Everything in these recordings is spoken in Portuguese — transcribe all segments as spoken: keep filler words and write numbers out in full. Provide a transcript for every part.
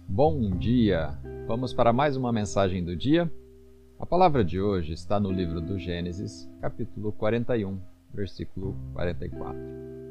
Bom dia! Vamos para mais uma mensagem do dia? A palavra de hoje está no livro do Gênesis, capítulo quarenta e um, versículo quarenta e quatro.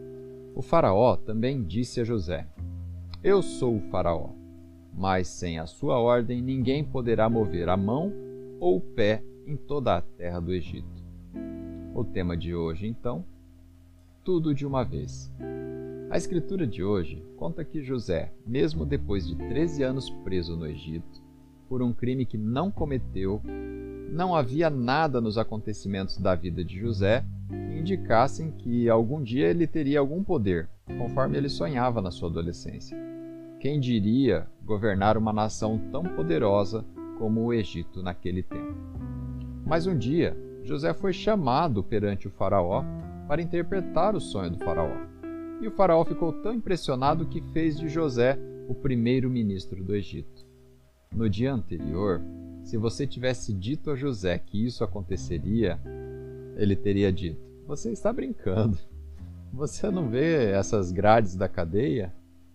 O faraó também disse a José: Eu sou o faraó, mas sem a sua ordem ninguém poderá mover a mão ou o pé em toda a terra do Egito. O tema de hoje, então, tudo de uma vez. A escritura de hoje conta que José, mesmo depois de treze anos preso no Egito, por um crime que não cometeu, não havia nada nos acontecimentos da vida de José que indicassem que algum dia ele teria algum poder, conforme ele sonhava na sua adolescência. Quem diria governar uma nação tão poderosa como o Egito naquele tempo? Mas um dia, José foi chamado perante o faraó para interpretar o sonho do faraó. E o faraó ficou tão impressionado que fez de José o primeiro-ministro do Egito. No dia anterior, se você tivesse dito a José que isso aconteceria, ele teria dito: você está brincando. Você não vê essas grades da cadeia?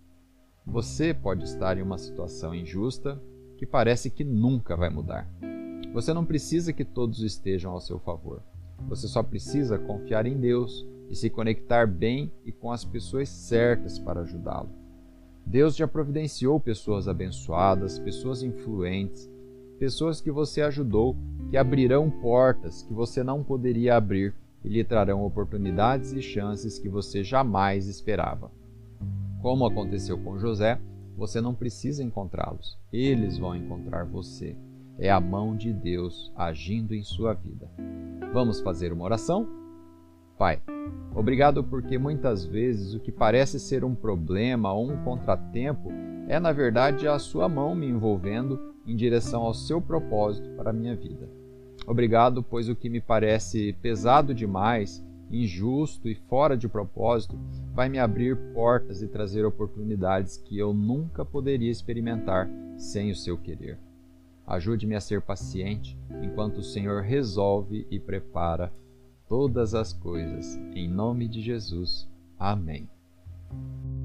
Você pode estar em uma situação injusta que parece que nunca vai mudar. Você não precisa que todos estejam ao seu favor. Você só precisa confiar em Deus e se conectar bem e com as pessoas certas para ajudá-lo. Deus já providenciou pessoas abençoadas, pessoas influentes, pessoas que você ajudou, que abrirão portas que você não poderia abrir e lhe trarão oportunidades e chances que você jamais esperava. Como aconteceu com José, você não precisa encontrá-los, eles vão encontrar você. É a mão de Deus agindo em sua vida. Vamos fazer uma oração? Pai, obrigado porque muitas vezes o que parece ser um problema ou um contratempo é na verdade a sua mão me envolvendo em direção ao seu propósito para a minha vida. Obrigado, pois o que me parece pesado demais, injusto e fora de propósito vai me abrir portas e trazer oportunidades que eu nunca poderia experimentar sem o seu querer. Ajude-me a ser paciente enquanto o Senhor resolve e prepara todas as coisas. Em nome de Jesus. Amém.